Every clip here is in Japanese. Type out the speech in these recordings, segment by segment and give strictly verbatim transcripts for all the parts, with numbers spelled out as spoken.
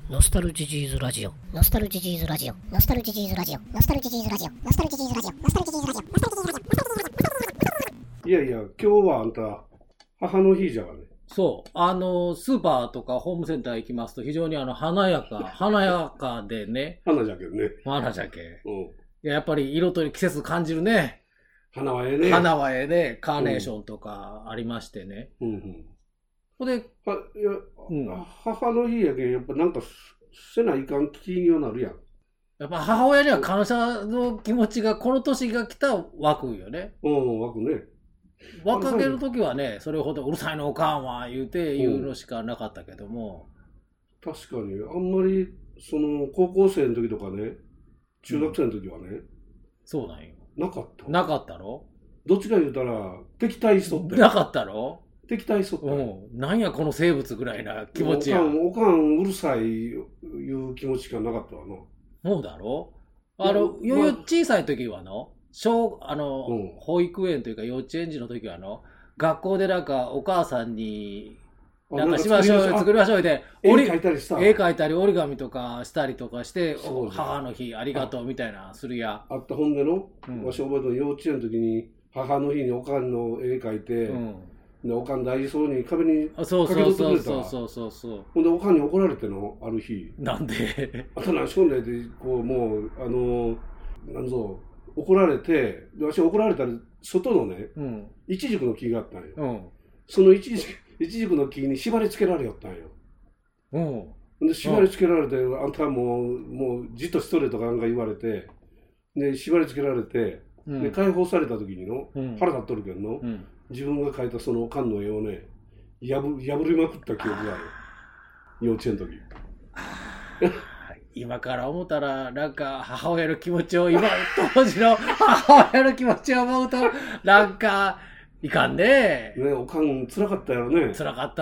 ノスタルジジーズラジオノスタルジジーズラジオノスタルジジーズラジオノスタルジジーズラジオノスタルジジーズラジオノスタルジジーズラジオノスタルジジーズラジオいやいや、今日はあんた母の日じゃがね。 そう。あの、スーパーとかホームセンター行きますと非常にあの、華やか、華やかでね。 花じゃけどね。 花じゃけ。 うん。 いや、やっぱり色とり季節感じるね。 花はええね。 花はええね。カーネーションとかありましてね。 うんうん。 ほんで、 はいや、 うん、 母の日やけん、やっぱなんかせないかん気にはなるやん。 やっぱ母親には感謝の気持ちがこの年が来たら湧くよね。 うん、湧くね。 若気の時はね、それほどうるさいのおかんは言うて言うのしかなかったけども。 確かに、あんまり、その、高校生の時とかね、中学生の時はね、うん、 そうなんよ。 なかった。 なかったろ？ どっちか言うたら、敵対しとって。 なかったろ？ 敵対しとって。 うん。なんやこの生物ぐらいな気持ちや。 おかん、おかんうるさいいう気持ちしかなかったわな。 そうだろ？あの、よよ小さい時はの、小、あの、うん、保育園というか幼稚園児の時はの、学校でなんかお母さんに、なんかしましょうよ、作りましょうよで、 絵描いたりした。 絵描いたり折り紙とかしたりとかして、母の日ありがとうみたいなするや。 あった、ほんでの、うん、わし覚えてる幼稚園の時に、母の日におかんの絵描いて、うんでおかん大事そうに壁にかけとってくれた。そうそうそうそう。ほんでおかんに怒られてのある日。 なんで？ あと何しこんでてこうもうあのなんぞ怒られて、で私怒られたら外のね、うん、イチジクの木があったんよ。うん、そのイチジクイチジクの木に縛り付けられよったんよ。うん。で縛り付けられて、うん、あんたはもうもうじっとしとれとかなんか言われて、で縛り付けられて、うん、で解放された時にの、うん、腹立っとるけんの。うん自分が描いたそのおかんの絵をね、破りまくった記憶がある。幼稚園の時。 今から思ったら、なんか母親の気持ちを、今、当時の母親の気持ちを思うと、なんか、いかんね。 ねおかん辛かったよね。 辛かった。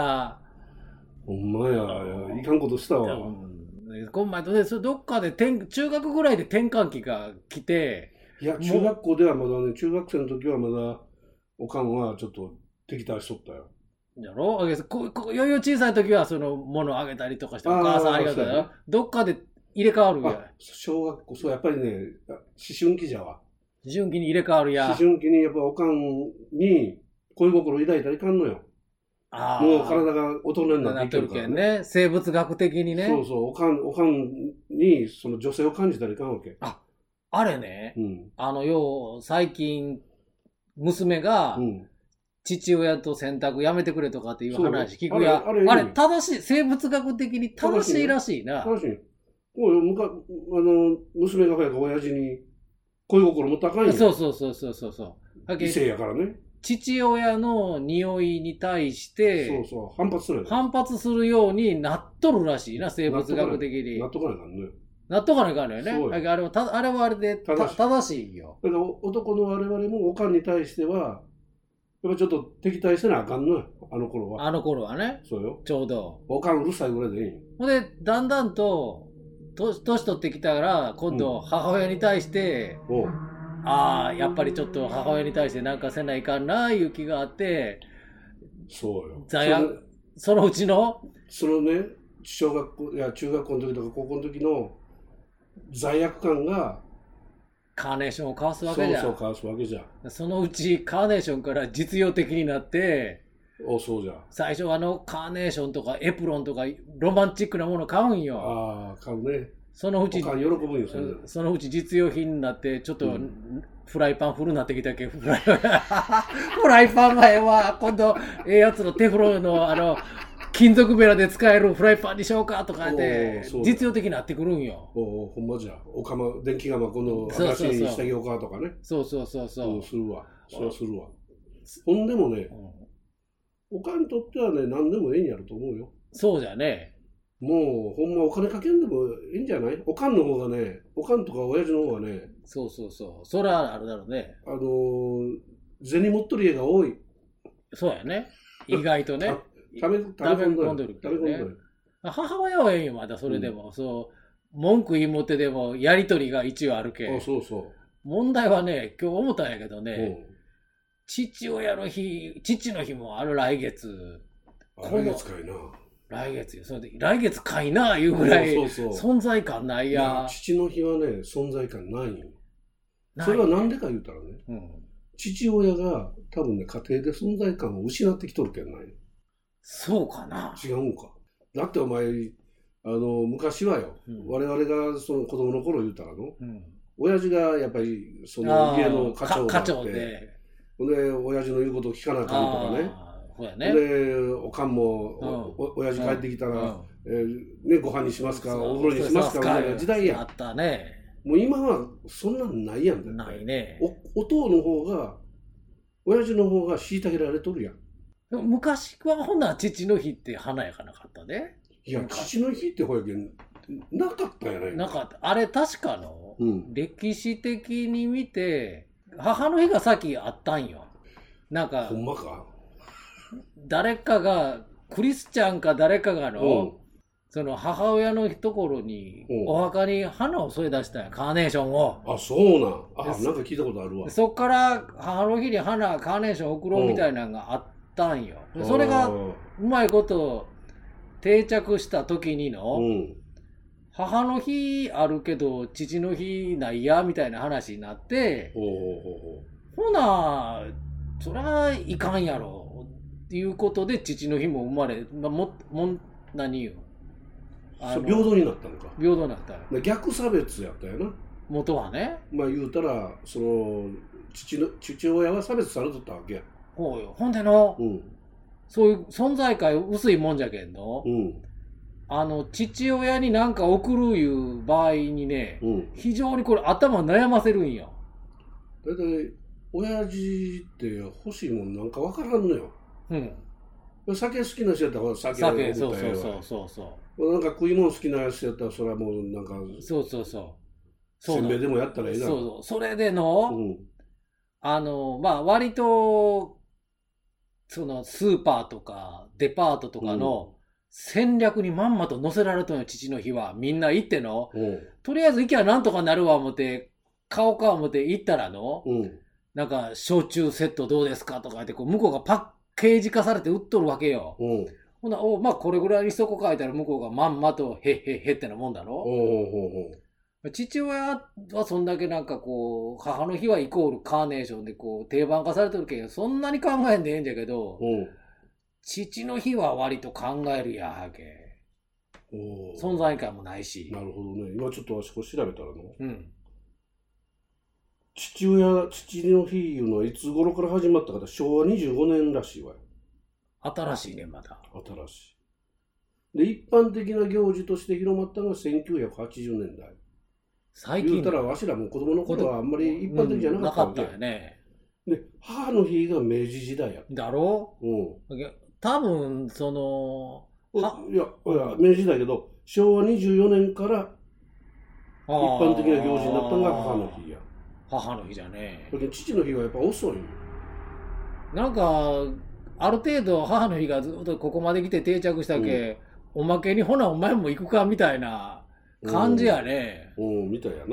ほんまや、いかんことしたわ。 今前とどっかで中学ぐらいで転換期が来て。 いや、中学校ではまだね、中学生の時はまだ、おかんはちょっと敵対しとったよ。 やろここよいよ小さい時はその物をあげたりとかしてお母さんありがとうよ、ね。どっかで入れ替わるや。 小学校、そうやっぱりね、思春期じゃわ。 思春期に入れ替わるや。 思春期にやっぱおかんに恋心を抱いたらいかんのよ。あもう体が大人になっていけるからね。 ね生物学的にね。 そうそう、おかん、おかんにその女性を感じたらいかんわけ。 あ、あれね、うん、あの、よう、最近、娘が、父親と洗濯やめてくれとかっていう話聞くや、あれ、あれ正しい、生物学的に正しいらしいな。 正しい。おい、むか、あの、娘が早く親父に恋心持ったらあかんよ。 そうそうそうそうそう。 異性やからね。 父親の匂いに対して、 そうそう、反発する。 反発するようになっとるらしいな、生物学的に。 なっとかないからね。 なっとかないからね。あれはたあれはあれで正しい。正しいよ。 だから男の我々もおかんに対しては、やっぱちょっと敵対せなあかんのよ、あの頃は。 あの頃はね。 そうよ。 ちょうど。 おかんうるさいぐらいでいい。 ほんで、だんだんと、年取ってきたら、今度母親に対して、うん、ああ、やっぱりちょっと母親に対してなんかせないかんな、いう気があって、 そうよ。 罪悪、そのうちのそのね、小学校、いや中学校の時とか高校の時の罪悪感が、 カーネーションを交わすわけじゃん。 そうそう交わすわけじゃん。 そのうちカーネーションから実用的になって、 おそうじゃん。 最初あのカーネーションとかエプロンとかロマンチックなもの買うんよ。 ああ、買うね。 そのうち、 おかん喜ぶんよ、それ。 そのうち実用品になって、ちょっと、うん、フライパン古なってきたっけフライパン、フライパンがええわ。今度、ええやつのテフロンのあの、金属ベラで使えるフライパンにしようかとかって実用的になってくるんよ。 おおほんまじゃ。おかま電気釜この話にしてあげようかとかね。 そうそうそうそう。 そうするわ。それはするわ。ほんでもね、うん、おかんにとってはね何でもええんやると思うよ。 そうじゃね。 もうほんまお金かけんでもいいんじゃない？おかんの方がね、おかんとか親父の方がね。 そうそうそう。それはあるだろうね。 あのー、銭持っとる家が多い。 そうやね。意外とね。 食べ込んでる。食べ込んでる。 母親はええよ、まだそれでも。うん、そう、文句言いもってでも、やりとりが一応あるけ。 あ、そうそう。 問題はね、今日思ったんやけどね、うん、父親の日、父の日もある来月。 来月かいな。 来月よ。それで、来月かいな、いうぐらい、そうそうそう存在感ないや。いや父の日はね、存在感ないよ。それはなんでか言うたらね、うん、父親が多分ね、家庭で存在感を失ってきとるけんない。 そうかな。 違うんか。だってお前、あの、昔はよ、うん、我々がその子供の頃言うたらの、うん、親父がやっぱりその家の課長があって、課長で、で、親父の言うことを聞かなあかんとかね。 そうやね。 で、おかんも、うん、お親父帰ってきたら、うんえー、ね、ご飯にしますか、お風呂にしますか、みたいな時代や。 あったね。 もう今はそんなんないやんだって。 ないね。 お、お父の方が、親父の方が虐げられとるやん。 昔はほな父の日って華やかなかったね。 いや、父の日ってほやけん、なかったやないなかった。あれ確かの、うん、歴史的に見て、母の日が先あったんよ。なんか、 ほんまか誰かが、クリスチャンか誰かがの、うん、その母親のところに、お墓に花を添え出したんや、カーネーションを。 あ、そうなん。あ、なんか聞いたことあるわ。 そっから母の日に花、カーネーション送ろうみたいなのがあったんよ。それが、うまいこと定着した時にの、うん、母の日あるけど、父の日ないや、みたいな話になって、ほうほうほうほな、そりゃいかんやろ。っていうことで、父の日も生まれ、まあ、も、も、何よ。 平等になったのか。 平等になったよ。 逆差別やったよな。 元はね。 まあ言うたら、その、父の、父親は差別されとったわけや。 ほうよ。ほんでの、うん、そういう存在感薄いもんじゃけんの、うん、あの、父親になんか送るいう場合にね、うん、非常にこれ頭悩ませるんよ。 だいたい、親父って欲しいもんなんかわからんのよ。うん。酒好きな人やったら酒を送ったらええわ。 そうそうそうそうなんか食い物好きな人やったらそれはもうなんかそうそうそうせんべいでもやったらええな。 そうそうそれでの、うん、あのまあ割とそのスーパーとかデパートとかの戦略にまんまと載せられたのよ、父の日は。みんな行っての、うん、とりあえず行きゃなんとかなるわ思って買おうか思って行ったらの、うん、なんか焼酎セットどうですかとか言ってこう向こうがパッケージ化されて売っとるわけよ。うん、ほな、おまあこれぐらいにしとこ書いたら向こうがまんまとへっへっへってなもんだろ。おうおうおう父親はそんだけなんかこう、母の日はイコールカーネーションでこう定番化されてるけど、そんなに考えんでええんじゃけど、父の日は割と考えるやはけ。存在感もないし。 なるほどね。今ちょっとわしこ調べたらの。うん。父親、父の日いうのはいつ頃から始まったか、しょうわにじゅうごねんらしいわよ。 新しいね、まだ。 新しい。で、一般的な行事として広まったのがせんきゅうひゃくはちじゅうねんだい。最近。言うたら、わしらも子供の頃はあんまり一般的じゃなかったわけ、うん、なかったよね。で、母の日が明治時代やった。 だろう。うん。多分、その、 いや、いや、明治時代けど、しょうわにじゅうよねんから一般的な行事になったのが母の日や。 母の日じゃね。 父の日はやっぱ遅い。 なんか、ある程度母の日がずっとここまで来て定着したけ、うん、おまけにほなお前も行くかみたいな感じやね。 うん、みたいやな。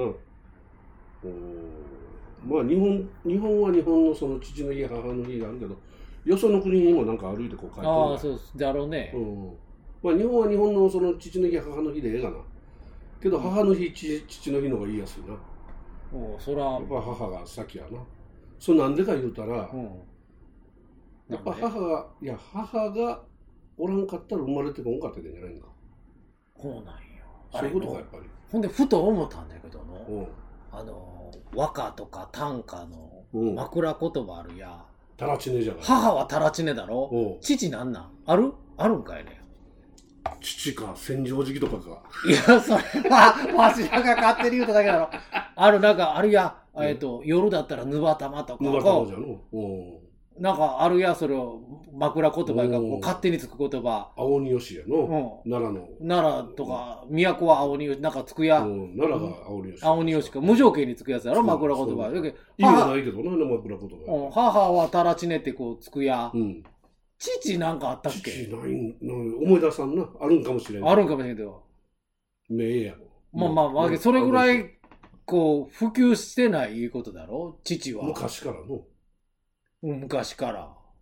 まあ日本、日本は日本のその父の日、母の日があるけど、よその国にもなんか歩いてこう書いてる。 ああ、そうだろうね。 うん。まあ日本は日本のその父の日、母の日でええがな。けど母の日、父の日の方が言いやすいな。 おそら。 やっぱ母が先やな。それなんでか言うたら、うん、やっぱ母が、いや、母がおらんかったら生まれてこんかったんじゃないんか。 そうなんよ。 そういうことか、やっぱり。 ほんで、ふと思ったんだけどの、うん、あの、和歌とか短歌の枕言葉あるや。 タラチネじゃない。 母はタラチネだろ。父なんなんあるあるんかいね。 父か、千畳敷とかか。 いや、それは、わしらが勝手に言うただけだろ。ある、なんか、あるや、えっと、夜だったらぬばたまとか。 ぬばたまじゃの。 なんか、あるや、それを、枕言葉がこう勝手につく言葉。 青鬼吉やの。奈良の。 奈良とか、都は青鬼吉、なんかつくや。 奈良が青鬼吉。 青鬼吉か。無条件につくやつやろ、枕言葉。 意味はないけどな、枕言葉。 母はタラチネってこうつくや。父なんかあったっけ？ 父ない、思い出さんな。あるんかもしれない。 あるんかもしれんけど。 名や。 まあまあ、それぐらい、こう、普及してないことだろ父は。 昔からの。 昔から。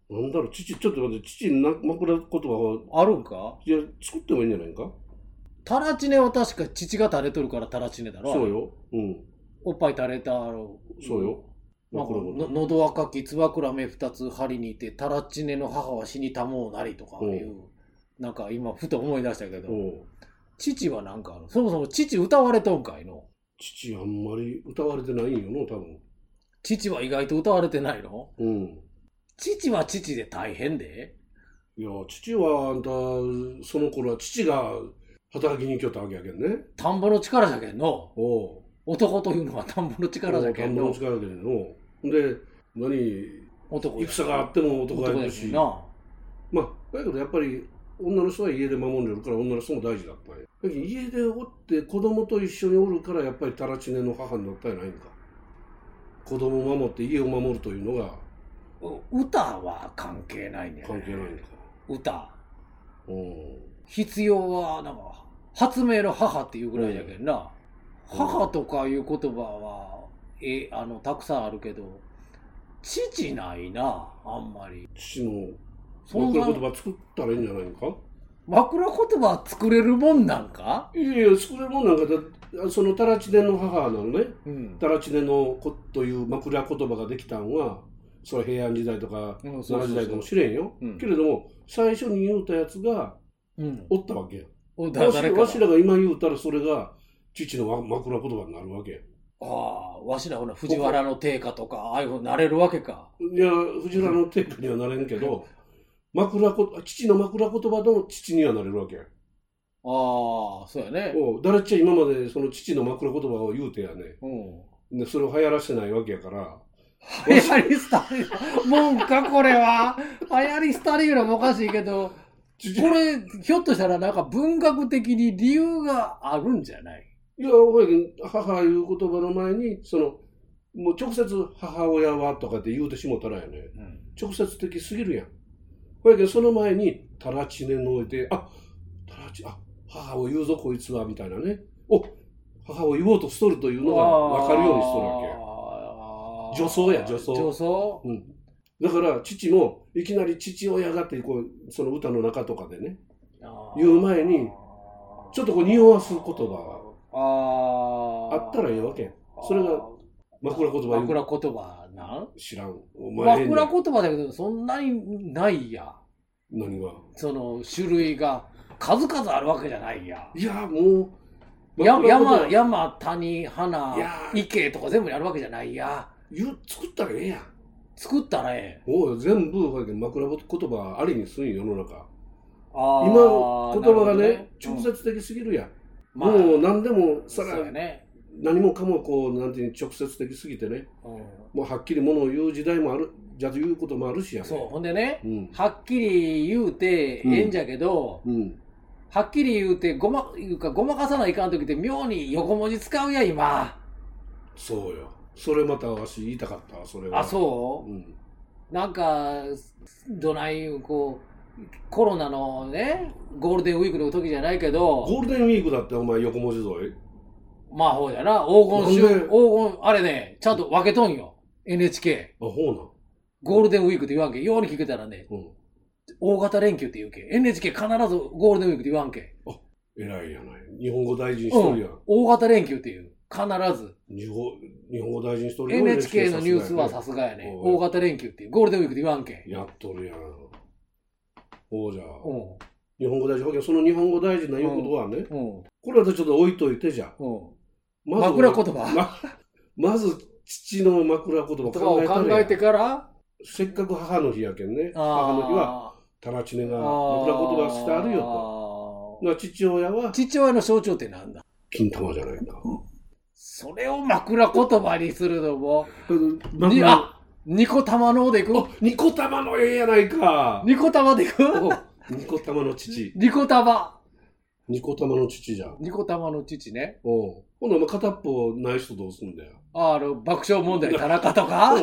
なんだろう、父、ちょっと待って、父に枕言葉があるんか？ いや、作ってもいいんじゃないか。 タラチネは確か父が垂れとるからタラチネだろ。 そうよ。うん。 おっぱい垂れたろ。 そうよ。 なんかの喉赤きつばくらめ二つ針にいてタラチネの母は死にたもうなりとかいう、うん、なんか今ふと思い出したけど、うん、父はなんかある。そもそも父歌われとんかいの？ 父あんまり歌われてないんよの多分。 父は意外と歌われてないの？ うん。 父は父で大変で。 いや父はあんたその頃は父が働きに行きよったわけやけんね。 田んぼの力じゃけんの。 おう男というのは田んぼの力じゃけんの。 田んぼの力じゃけんの。で何男戦があっても男がいるし。なまあだけどやっぱり女の人は家で守れるから女の人も大事だったんや。だけど家でおって子供と一緒におるからやっぱりタラチネの母になったんやないんか。子供を守って家を守るというのが。 歌は関係ないんだよね。 関係ないんか。 歌。 うん。 必要はなんか発明の母っていうぐらいだけどな。うん、母とかいう言葉はえあのたくさんあるけど父ないなあんまり。 父の枕言葉作ったらいいんじゃないのか。 枕言葉作れるもんなんか。 いやいや作れるもんなんかだ。そのタラチネの母なのね。うん、タラチネのこという枕言葉ができたんは。それ平安時代とか奈良時代かもしれんよ、うん、けれども最初に言うたやつがおったわけや、うん、わし, わしらが今言うたらそれが父の枕言葉になるわけや。 ああわしらほら藤原の定家とかああいうふうになれるわけか。 いや藤原の定家にはなれんけど枕こ父の枕言葉の父にはなれるわけや。ああそうやね。 お誰っちゃ今までその父の枕言葉を言うてやね、うん、でそれを流行らせてないわけやから流行り廃りもんかこれは。流行り廃りぐらいもおかしいけど、これひょっとしたらなんか文学的に理由があるんじゃない？ いや、母いう言葉の前にそのもう直接母親はとかって言うてしもたらやね、うん、直接的すぎるやん。ほやけどその前にタラチネのいてあタラチあ母を言うぞこいつはみたいなね。お母を言おうとしとるというのが分かるようにしとるわけや。女装や女装。 女装、 うん、だから父もいきなり父親がってこうその歌の中とかでね言う前にちょっとこう匂わす言葉があったらいいわけ。それが枕言葉。 枕言葉なん知らん。 お前枕言葉だけどそんなにないや。 何がその種類が数々あるわけじゃないや。 いやもう山山谷花池とか全部にあるわけじゃないや。 作ったらええやん。 作ったらええ。 おう全部枕言葉ありにすん世の中。あ今の言葉が ね, ね直接的すぎるやん、うん、もう何でもさら、ね、何もかもこうなんていう直接的すぎてね、うん、もうはっきりものを言う時代もあるじゃ言うこともあるしやん、ね、 そうほんでね、うん、はっきり言うてええんじゃけど、うんうん、はっきり言うてごま言うかごまかさないかんときって妙に横文字使うや今。 そうよ。それまたわし言いたかったわそれは。 あそう、うん、なんかどないこうコロナのねゴールデンウィークの時じゃないけど。 ゴールデンウィークだってお前横文字ぞい。 まあほうやな黄金週黄金あれねちゃんと分けとんよ エヌエイチケー。 あほうなん。 ゴールデンウィークって言わんけように聞けたらね、うん、大型連休って言うけ エヌエイチケー 必ずゴールデンウィークって言わんけ。 あ偉いやない日本語大事にしとるやん、うん、 大型連休って言う必ず日本日本語大事にしとるよ。 エヌエイチケー のニュースはさすがやね。大型連休っていうゴールデンウィークって言わんけ。 やっとるやん。おうじゃあ日本語大事。その日本語大事ないうことはね、うん、これはちょっと置いといてじゃあ、うん、 まず枕言葉、 ま、まず父の枕言葉考えた考えてからせっかく母の日やけんね。母の日はタラチネが枕言葉してあるよと。父親は父親の象徴ってなんだ。 金玉じゃないか。 それを枕言葉にするのもにあニコ玉のでいく。 ニコ玉のええやないか。 ニコ玉でいく。 ニコ玉の父。 ニコ玉。 ニコ玉の父じゃん。 ニコ玉の父ね。 おう。ほんなら片っぽない人どうすんだよ。 ああの爆笑問題田中とか。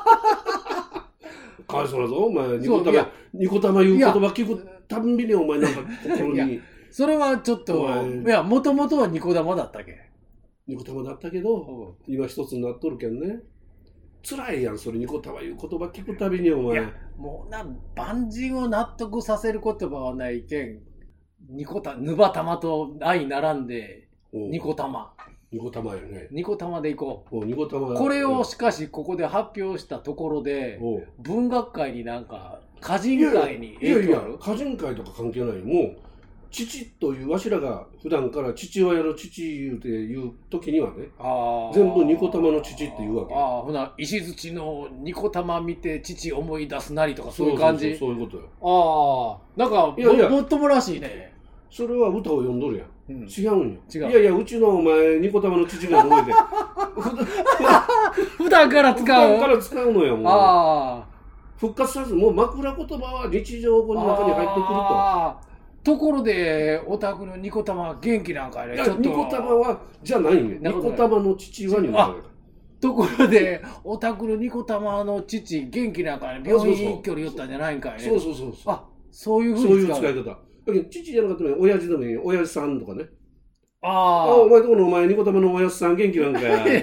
かわいそうだぞお前。ニコ玉ニコ玉言う言葉聞くたんびにお前なんか心に。 それはちょっといやもともとはニコ玉だったっけ。 ニコ玉だったけど、うん、今一つになっとるけんね。 辛いやん、それニコタマいう言葉聞くたびにお前。いや、 もうな、万人を納得させる言葉はないけん、ニコタ、ヌバタマと愛並んで、ニコタマ。 ニコタマよね。 ニコタマでいこう。 おニコタマ。 これをしかしここで発表したところで、文学界になんか、歌人会に影響ある？ いやいや、歌人会とか関係ない。もう、父という、わしらが普段から父親の父言うて言う時にはね、全部ニコタマの父って言うわけ。 ああ、ほな、石槌のニコタマ見て父思い出すなりとかそういう感じ。 そうそうそういうことよ。 ああ、なんか、いやいやもっともらしいね。 それは歌を読んどるやん。うん、違うんよ。 違う。 いやいや、うちのお前、ニコタマの父が覚えて。 普段から使う。普段から使うのよ、もう。 ああ。 復活させず、もう枕言葉は日常語の中に入ってくると。 ところで、お宅のニコタマ元気なんかね、 ちょっと。ニコタマは、じゃないんよ。ニコタマの父はになる。 ところで、お宅のニコタマの父、元気なんかね、病院一挙に寄ったんじゃないんかいね。 そうそうそう。 あ、そういうふうに使う。そういう使い方。だけど父じゃなかったら、親父でもいいよ。親父さんとかね。 ああ。 お前とこのお前、ニコタマの親父さん元気なんかや。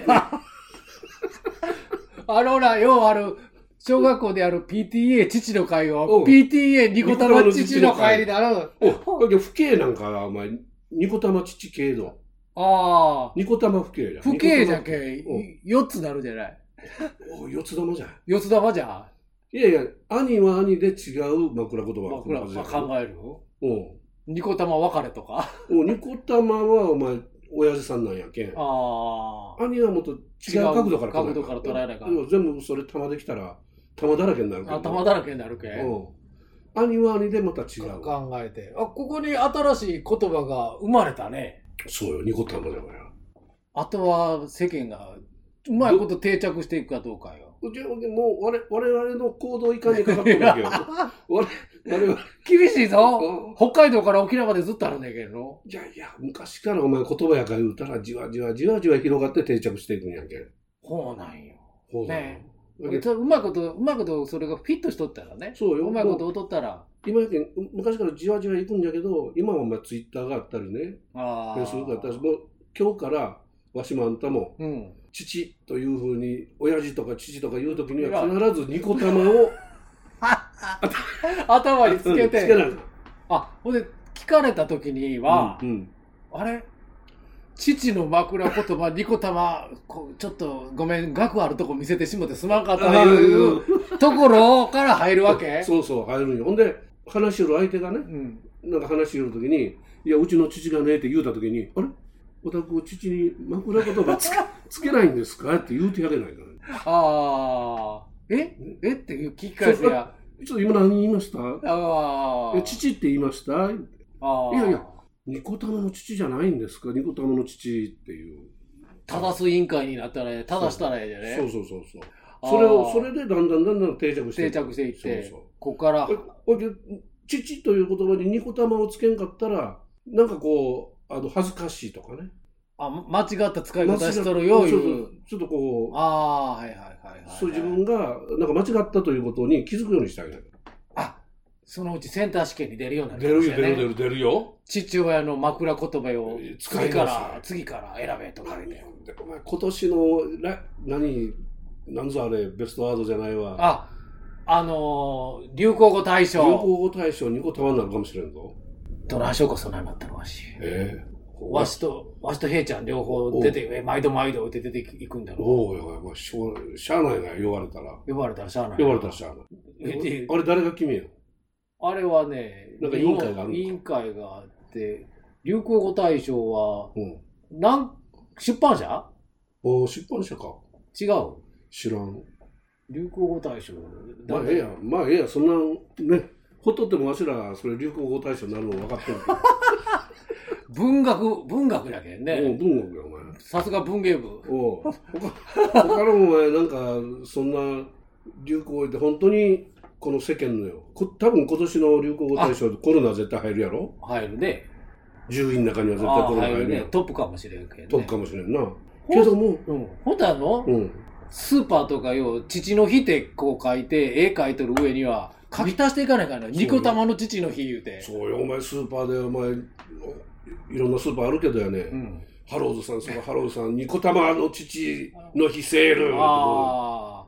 あのな、ようある、小学校である ピーティーエー 父の会を ピーティーエー ニコタマ父の会になる。 お、だけど不敬なんかお前、ニコタマ父系度。 ああ。 ニコタマ不敬じゃん。 不敬じゃんけ。四つなるじゃない。 お、四つ玉じゃん。 四つ玉じゃん。 いやいや、兄は兄で違う枕言葉。 枕言葉考えるよ。 うん。 ニコタマ別れとか。 お、ニコタマはお前、親父さんなんやけん。 ああ。 兄はもっと違う角度から角度から捉えないから。 全部それ玉できたら、玉だらけになるけど。 あ、玉だらけになるけ。うん。 兄は兄でまた違う。 考えて。あ、ここに新しい言葉が生まれたね。 そうよ、ニコタマだから。 あとは世間がうまいこと定着していくかどうかよ。 もう我我々の行動いかにかかってるわけよ。我々 厳しいぞ。北海道から沖縄までずっとあるんだけど。 いやいや、昔からお前言葉やから言うたらじわじわじわじわ広がって定着していくんやんけ。 ほうなんよ。 ほうなんよ。 うまいこと、うまいことそれがフィットしとったらね。 そうよ。 うまいこと踊ったら。 今やけん、昔からじわじわ行くんじゃけど、今はまあツイッターがあったりね。 ああ。 フェイスブックがあったり、もう今日からわしもあんたも、うん、父というふうに、親父とか父とか言うときには必ずニコタマを頭につけて。 つけない。 あ、ほんで、聞かれたときには、うんうん、あれ父の枕言葉、ニコタマ、ちょっとごめん、額あるとこ見せてしもてすまんかったというところから入るわけそうそう、入るんよ。ほんで、話しよる相手がね、うん、なんか話しよるときに、いや、うちの父がねって言うたときに、あれおたく父に枕言葉つけ、つけないんですかって言うてやれないからね。 ああ。ええっていう聞き返せや。 ちょっと今何言いました？ ああ。 父って言いました？ああ。いやいや、ニコタマの父じゃないんですか？ニコタマの父っていう。 正す委員会になったらね、正したらええじゃね。 そうそうそうそう。それを、それでだんだんだんだん定着していって。定着していって。そうそう。ここから。 父という言葉にニコタマをつけんかったら、なんかこう、あの、恥ずかしいとかね。 あ、間違った使い方しとるよ、いう。 ちょっとこう。 ああ、はいはいはいはい。 そう自分が、なんか間違ったということに気づくようにしてあげる。 あ、そのうちセンター試験に出るようになる、 ね。出るよ、出る出る出るよ。 父親の枕言葉を次から、次から選べとか言って。 お前、今年の、何、なんぞあれ、ベストワードじゃないわ。 あ、あのー、流行語大賞。 流行語大賞にこ玉になるかもしれんぞ。 どないしようか、そんなになったのわし。 ええー。 わしと、わしと平ちゃん両方出て、毎度毎度出ていくんだろう。 おお、やばい、しょう、しゃあないな、呼ばれたら。 呼ばれたらしゃあない。 呼ばれたらしゃあない。あれ誰が決めよあれはね、 なんか委員会がある委員会があって、流行語大賞は、うん、なん、出版社お出版社か。 違う。 知らん。 流行語大賞。 まあええや、まあええや、そんな、ね、ほっとってもわしら、それ流行語大賞になるの分かってるけど。 文学、文学やけんね。 おう、文学や、お前。 さすが文芸部。 おう。他のお前、なんか、そんな流行で、本当に、この世間のよ。多分今年の流行語大賞でコロナ絶対入るやろ？ 入るね。 じゅういの中には絶対コロナ入るやん。入るね。 トップかもしれんけどね。 トップかもしれんな。けども、 うん。ほんとあの、うん、スーパーとかよ、父の日ってこう書いて、絵描いとる上には、書き足していかないからな。ニコ玉の父の日言うて。 そうよ、お前スーパーで、お前、いろんなスーパーあるけどやね。うん、ハローズさん、そのハローズさん、ニコ玉の父の日セール。 ああ。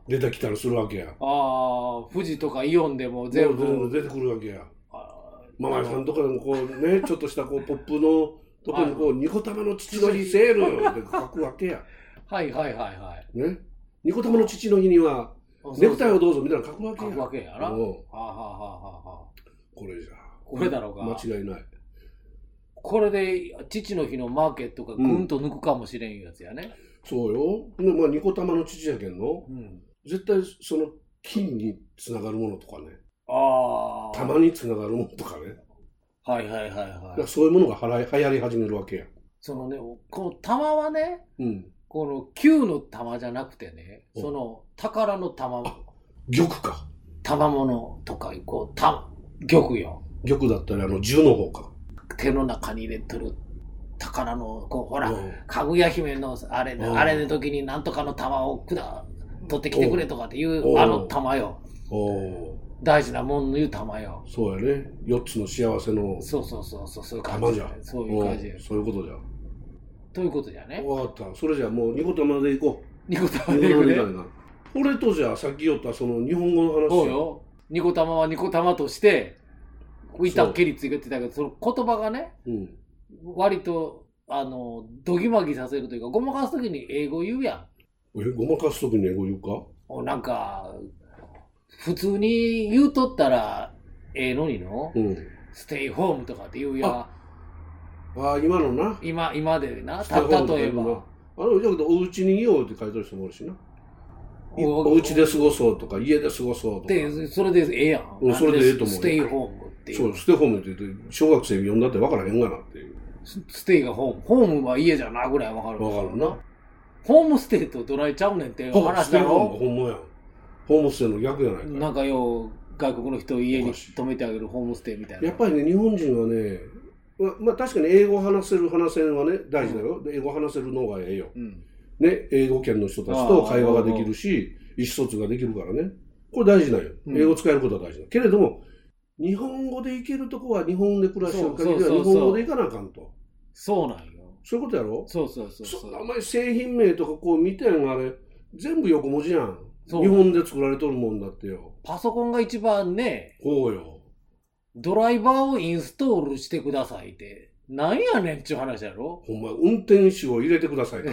出てきたりするわけや。 ああ、富士とかイオンでも全部。 全部出てくるわけや。ママさんとかでもこうね、ちょっとしたこうポップのとこにこう、ニコ玉の父の日セールって書くわけや。 はいはいはいはい。 ね。ニコ玉の父の日には、ネクタイをどうぞみたいなの書くわけや。 書くわけやな。はあはあはあはあ。 これじゃ。 これだろうか。 間違いない。 これで父の日のマーケットがぐんと抜くかもしれんやつやね。 うん、そうよ。で、まあ、ニコ玉の父やけんの、うん、絶対その金につながるものとかね。ああ。玉につながるものとかね。 はいはいはいはい。 そういうものがはら流行り始めるわけや。 そのね、この玉はね、うん、この球の玉じゃなくてね、その宝の玉。 玉か。 玉物とか、こう、た、玉よ。 玉だったらあの銃の方か。 手の中に入れてる宝の、こう、ほら、かぐや姫のあれで、あれの時になんとかの玉をくだ、取ってきてくれとかっていうあの玉よ。大事なもんの言う玉よ。 そうやね。四つの幸せの。 そうそうそうそう、そういう感じ。 玉じゃ。 そういう感じ。 そういうことじゃ。 ということじゃね。 わかった。それじゃあもうニコ玉でいこう。 ニコ玉でいこうね。 これとじゃあさっき言ったその日本語の話。 そうよ。ニコ玉はニコ玉として、いたっけりついてたけど、その言葉がね、うん、割と、あの、どぎまぎさせるというか、ごまかすときに英語言うやん。え、ごまかすときに英語言うか？ なんか、普通に言うとったら、ええのにの、うん、ステイホームとかって言うやん。ああ、今のな。 今、今でな、た、例えば。 あの、だけど、お家にいようって書いてる人もおるしな。お家で過ごそうとか、家で過ごそうとか。 で、それでええやん。 うん、それでええと思う。 ステイホームっていう。 そう、ステイホームって言って、小学生読んだって分からへんがなっていう。 ステイがホーム。ホームは家じゃなぐらい分かる。 分かるな。 ホームステイとどないちゃうねんって話だろ。 ホーム、ホームやん。ホームステイの逆やないか。 なんかよう、外国の人を家に泊めてあげるホームステイみたいな。 やっぱりね、日本人はね、ま、まあ確かに英語話せる話せんはね、大事だよ。うん、英語話せるのがええよ。うん、ね、英語圏の人たちと会話ができるし、意思疎通ができるからね。これ大事なんよ。英語使えることは大事だ。うん、けれども、日本語で行けるとこは日本で暮らしてる限りは日本語で行かなあかんと。 そうなんよ。 そういうことやろ？ そうそうそうそう。 そんなお前製品名とかこう見てんあれ、全部横文字やん。日本で作られとるもんだってよ。 パソコンが一番ね。 こうよ。 ドライバーをインストールしてくださいって。なんやねんっちゅう話やろ？ ほんま、運転手を入れてくださいと。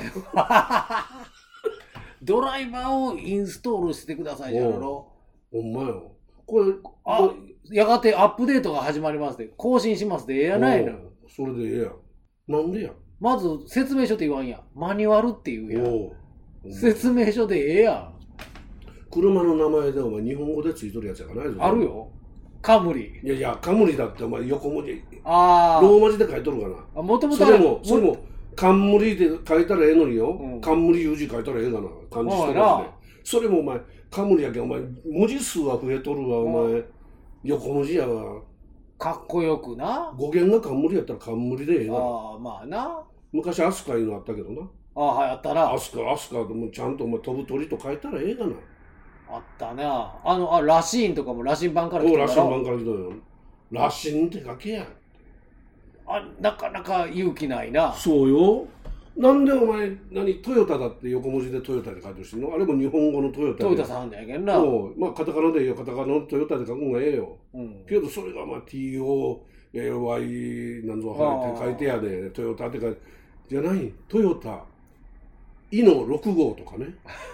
ドライバーをインストールしてくださいじゃろ。 ほんまよ。これ、 あ、やがてアップデートが始まりますで、更新しますでええやないの。 それでええやん。なんでやん。 まず説明書って言わんやん。マニュアルって言うやん。説明書でええやん。 車の名前でお前日本語でついとるやつやからないぞ。 あるよ。カムリ。 いやいや、カムリだってお前横文字。ああ。ローマ字で書いとるかな。 あ、もともとそれも、それも、冠で書いたらええのによ。うん、冠有字書いたらええかな。漢字一文字で。それもお前、冠やけん、お前、文字数は増えとるわ、お前。横文字やわ。 かっこよくな。 語源が冠やったら冠でええな。 ああ、まあな。 昔、アスカいうのあったけどな。 ああ、はい、あったな。 アスカ、アスカでもちゃんとお前飛ぶ鳥と書いたらええがな。 あったね。あの、あ、ラシーンとかもラシン版から来たら。ラシン版から来たよ。ラシンって書けや。 あ、なかなか勇気ないな。 そうよ。なんでお前、何、トヨタだって横文字でトヨタで書いてるしのあれも日本語のトヨタで。 トヨタさんだやけんな。 まあ、カタカナでいいよ。カタカナのトヨタで書くんがええよ。うん。けど、それがまあ、ティーオーエーワイ なんぞって書いてやで、トヨタって書いて、じゃない、トヨタ、イのろく号とかね。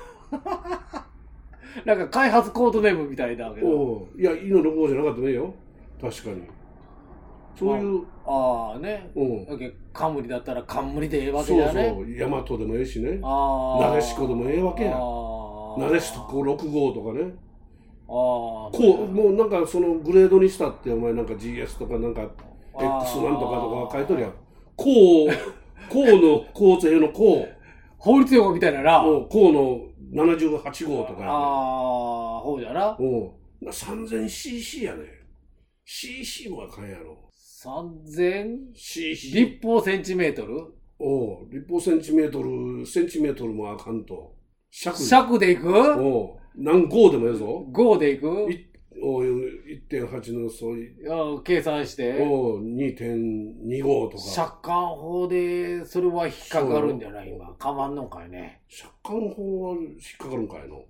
なんか開発コードネームみたいだけど。 いや、イのろく号じゃなかったねよ。確かに。そういう。 ああね。うん。カムリだったら冠でええわけだね。 そうそう。ヤマトでもええしね。ああ。なでしこでもええわけや。なでしころく号とかね。ああ。こう、もうなんかそのグレードにしたって、お前なんか ジーエス とかなんか エックス なんとかとか書いとるやん。こう、こうの交通のこう。 法律用語みたいなな。 こうのななじゅうはち号とかやね。 ああ、ほうじゃな。 うん。さんぜんシーシー やね。シーシー もあかんやろ。 さんぜんシーシー。 立方センチメートルおう、立方センチメートル、センチメートルもあかんと。 尺で。尺でいくおう。何号でもええぞ。 号でいくおう、いってんはち のそういう。 計算して。 おう、にてんに 号とか。 借款法で、それは引っかかるんじゃない今。かまんのかいね。 借款法は引っかかるんかいの。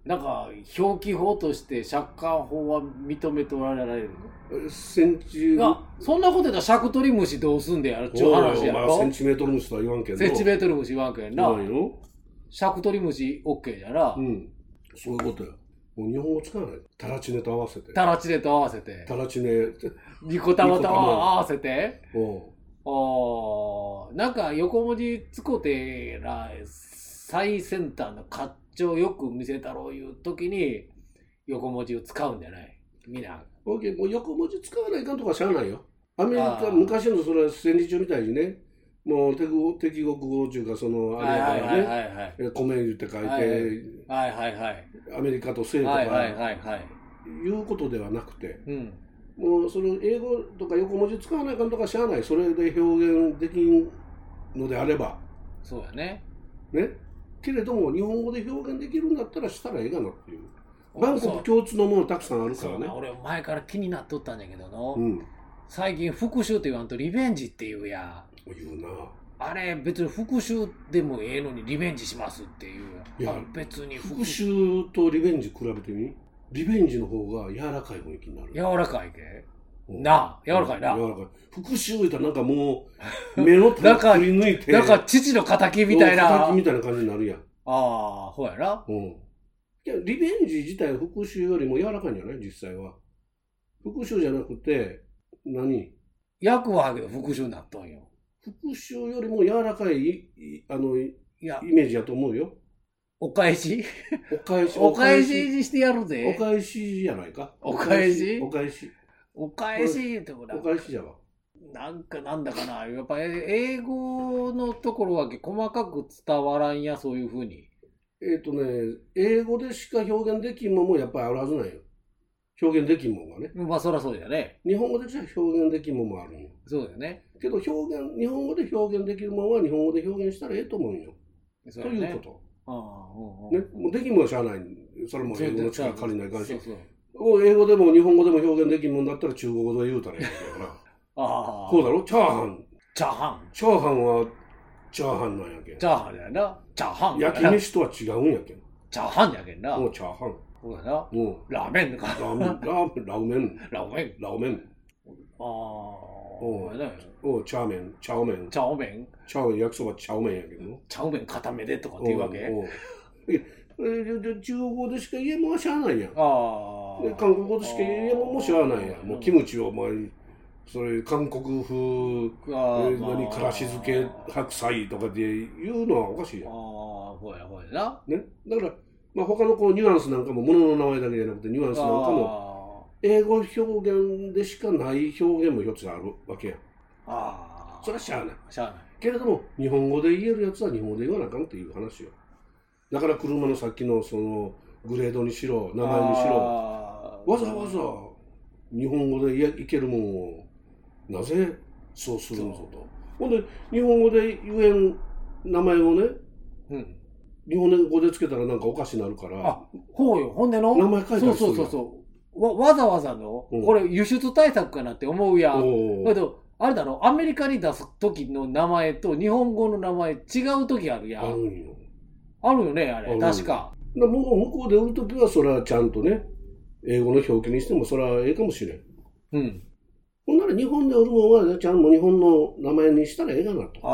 なんか表記法として借款法は認めておられるの？センチあ、そんなこと言ったら尺取り虫どうすんでやるっちゅう話やろ。 まあ、センチメートル虫とは言わんけど。 センチメートル虫言わんけんな。 ないの？ 尺取り虫 OK じゃな。 うん。そういうことや。もう日本語使わない。タラチネと合わせて。 タラチネと合わせて。 タラチネ。 ニコタマと合わせて。 おう。なんか横文字使うてら、最先端の甲冑よく見せたろういう時に横文字を使うんじゃない？みんな。 もう横文字使わないかんとかしゃあないよ。アメリカ、昔のそれは戦時中みたいにね、もう敵敵国語っていうか、その、あれやからね、米言って書いて、はいはいはい、 アメリカと生とか、いうことではなくて、うん、もうその英語とか横文字使わないかんとかしゃあない、それで表現できんのであれば、 そうやね。 ね。けれども、日本語で表現できるんだったらしたらええがなっていう。万国共通のものたくさんあるからね。 俺前から気になっとったんだけどの、うん、最近復讐って言わんとリベンジって言うや。 言うな。 あれ別に復讐でもええのにリベンジしますっていう。 いや別に復讐とリベンジ比べてみ。リベンジの方が柔らかい雰囲気になる。 柔らかいけ？なあ、柔らかいな。 柔らかい。復讐言ったらなんかもう目の手をくり抜いて。 なんか父の敵みたいな。 敵みたいな感じになるやん。 ああ、ほうやな。 うん。いやリベンジ自体は復讐よりも柔らかいんじゃない？実際は。復讐じゃなくて何？ 役はけど復讐になったんよ。 復讐よりも柔らかいあのいやイメージやと思うよ。 お返しお返しお返しにしてやるぜ。 お返しじゃないか。 お返しお返しお返しってこれ。 お返しじゃわ。 なんかなんだかな。やっぱ英語のところは細かく伝わらんや、そういうふうに。 えっとね、英語でしか表現できんもんもやっぱりあるはずなんよ。表現できんもんがね。 まあそりゃそうだよね。 日本語でしか表現できんもんもあるんよ。 そうだよね。 けど表現、日本語で表現できるもんは日本語で表現したらええと思うんよ。そうね、ということ。ああ、ね、もうできんもんはしゃあない。それも英語の力借りないかんし。そうそう英語でも日本語でも表現できんもんだったら中国語で言うたらええんだから。ああ。こうだろ？チャーハン。 チャーハン。 チャーハンはチャーハンなんやけん。 チャーハンやな。チャーハン。 焼き飯とは違うんやけん。 チャーハンやけんな。 もうチャーハン。 そうだな。うん。ラーメンとか。 ラーメン、ラーメン、ラーメン。 ラーメン。 ラーメン。 ああ。 おう、おう、チャーメン、チャーメン。 チャーメン。 チャーメン、焼きそばチャーメンやけど。 チャーメン固めでとかっていうわけ？ おう。え、中国語でしか言えんもんはしゃあないやん。ああ。韓国語でしか言えんもんもしゃあないやん。もうキムチを前に、それ韓国風、何、からし漬け、白菜とかで言うのはおかしいやん。ああ、 ほやほやな。 ね。だから、まあ他のこうニュアンスなんかも、物の名前だけじゃなくてニュアンスなんかも、英語表現でしかない表現も一つあるわけやん。ああ。それはしゃあない。 しゃあない。 けれども、日本語で言えるやつは日本語で言わなあかんっていう話よ。だから車のさっきのそのグレードにしろ、名前にしろ、わざわざ日本語でいけるもんをなぜそうするんぞと。ほんで、日本語で言えん名前をね、うん、日本語でつけたらなんかおかしになるから。 あ、ほうよ。ほんでの名前書いてある。 そうそうそうそう。わ、わざわざの、うん、これ輸出対策かなって思うやん。けど、あれだろ、アメリカに出す時の名前と日本語の名前違う時あるやん。あるんよ。あるよね、あれ。あ確か。 だもう向こうで売る時はそれはちゃんとね、英語の表記にしてもそれはええかもしれん。うん。ほんなら日本で売るもんはちゃんと日本の名前にしたらええかなと。ああ。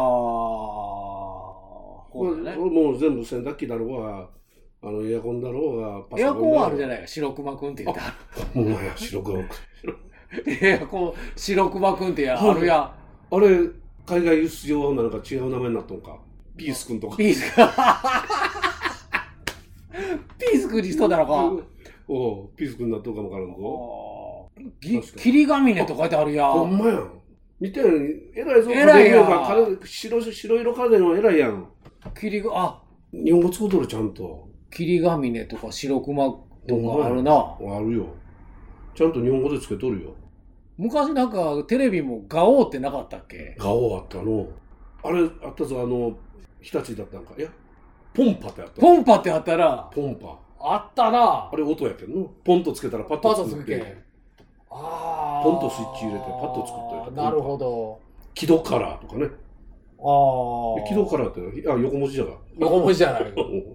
そうだね。もう全部洗濯機だろうが、あのエアコンだろうが、 パソコンだろうが。エアコンはあるじゃないか、白熊くんって言ってある。 ほんまや、白熊くん。 エアコン、白熊くんってやあるやん。 あれ、海外輸出用なのか違う名前になったのか。ピースくんとか。 ピースくん。ピースくんにしとったのか。 おう、ピースくんになっとるかもわからんぞ。 キリガミネと書いてあるやん。 ほんまやん。見てん、偉いぞ。偉いやん。白、白色家電は偉いやん。 キリガ、あ。 日本語作っとるちゃんと。 キリガミネとか白熊とかあるな。 あるよ。ちゃんと日本語でつけとるよ。 昔なんかテレビもガオーってなかったっけ？ ガオーあったの。あれあったぞ、あの、日立だったんか。いや、ポンパってあった。 ポンパってあったら。 ポンパ。 あったな。 あれ音やけどの。ポンとつけたらパッと作って。 パッとつけ。ああ。 ポンとスイッチ入れてパッと作っといた。 なるほど。 キドカラーとかね。ああ。キドカラーって、あ、横文字じゃが。 横文字じゃない。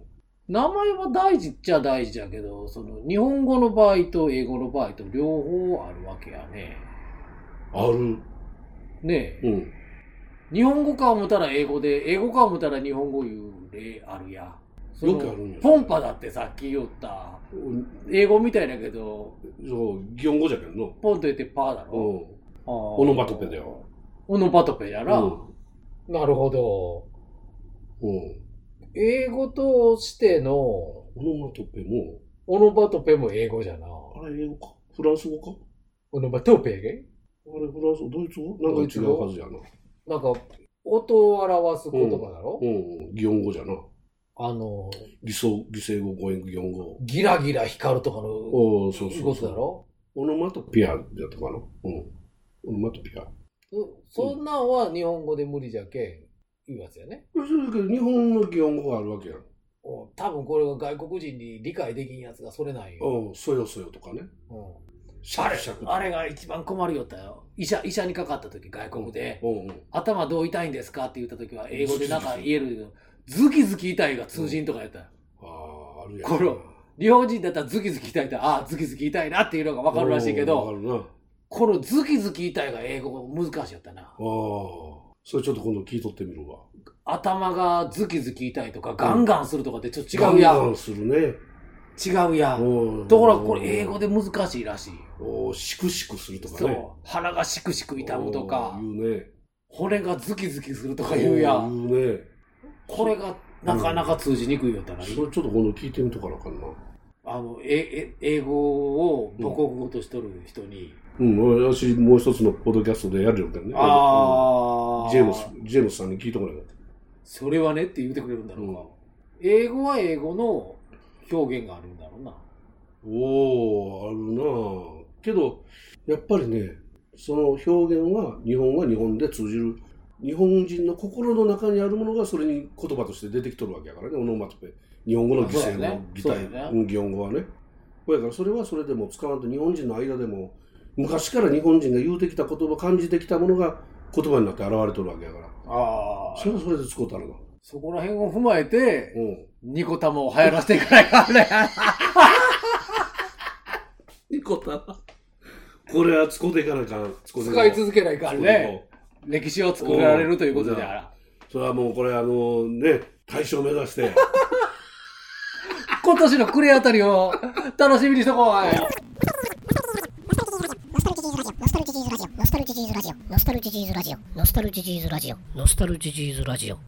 名前は大事っちゃ大事だけど、その日本語の場合と英語の場合と両方あるわけやね。 ある。 ねえ。 うん。 日本語か思ったら英語で、英語か思ったら日本語言う例あるや。 よくあるんや。 ポンパだってさっき言った、英語みたいだけど、 そう、擬音語じゃけんの。 ポンと言ってパーだろ。うん。 オノマトペだよ。 オノマトペやな。うん、なるほど。 うん。 英語としての、 オノマトペも、 オノマトペも英語じゃな。 あれ英語かフランス語かオノマトペあれフランス語ドイツ語なんか違うはずやな。 なんか、音を表す言葉だろ、 うん、うん、擬音語じゃな。 あの、 理想、理性語、語源、擬音語。 ギラギラ光るとかのおそうそうことだろオノマトピアだったかなうん。オノマトピア。 そんなんは日本語で無理じゃけん、いうやつやね。 そうだけど、日本の擬音語があるわけやん。 多分これが外国人に理解できんやつがそれないよ。 うん、そよそよとかね。 うんあれ、あれが一番困るよったよ。医者、医者にかかった時、外国で、うんうん、頭どう痛いんですかって言った時は、英語でなんか言えるけど、ズキズキ痛いが通じんとかやったよ。 うん、ああ、あるやん。 この、日本人だったらズキズキ痛いって、ああ、ズキズキ痛いなっていうのがわかるらしいけど、 わかるな。 このズキズキ痛いが英語難しいやったな。ああ、 それちょっと今度聞いとってみるわ。 頭がズキズキ痛いとか、ガンガンするとかってちょっと違うやん。 ガンガンするね。 違うやん。ところがこれ英語で難しいらしい。 おシクシクするとかね。そう。 腹がシクシク痛むとか。 言うね。 骨がズキズキするとか言うやん。 言うね。 これがなかなか通じにくいよったら、 うん、それちょっと今度聞いてみとかなあかんな。 あの、え、え、英語を母国語としとる人に。 うん、うん、私もう一つのポッドキャストでやるよけんね。ああ、うん。ジェームス、ジェームスさんに聞いとかないか。 それはねって言ってくれるんだろうか。うん、英語は英語の表現があるんだろうな。 おー、あるなぁ。けど、やっぱりね、その表現は日本は日本で通じる。日本人の心の中にあるものがそれに言葉として出てきとるわけやからね、オノマトペ。日本語の擬声の擬態、ね、擬音語はね。だからそれはそれでも使わんと日本人の間でも、昔から日本人が言うてきた言葉、感じてきたものが言葉になって現れとるわけやから。ああ。それはそれで使うたらな。 そこら辺を踏まえて、うん、ニコタマを流行らせていかないからね。 ニコタマ。これは使うていかないから。 使い続けないからね。歴史を作られるということであら。 それはもうこれあのね、大賞目指して。 今年の暮れあたりを楽しみにしとこう。 ノスタルジーズラジオノスタルジーズラジオノスタルジーズラジオノスタルジーズラジオノスタルジーズラジオ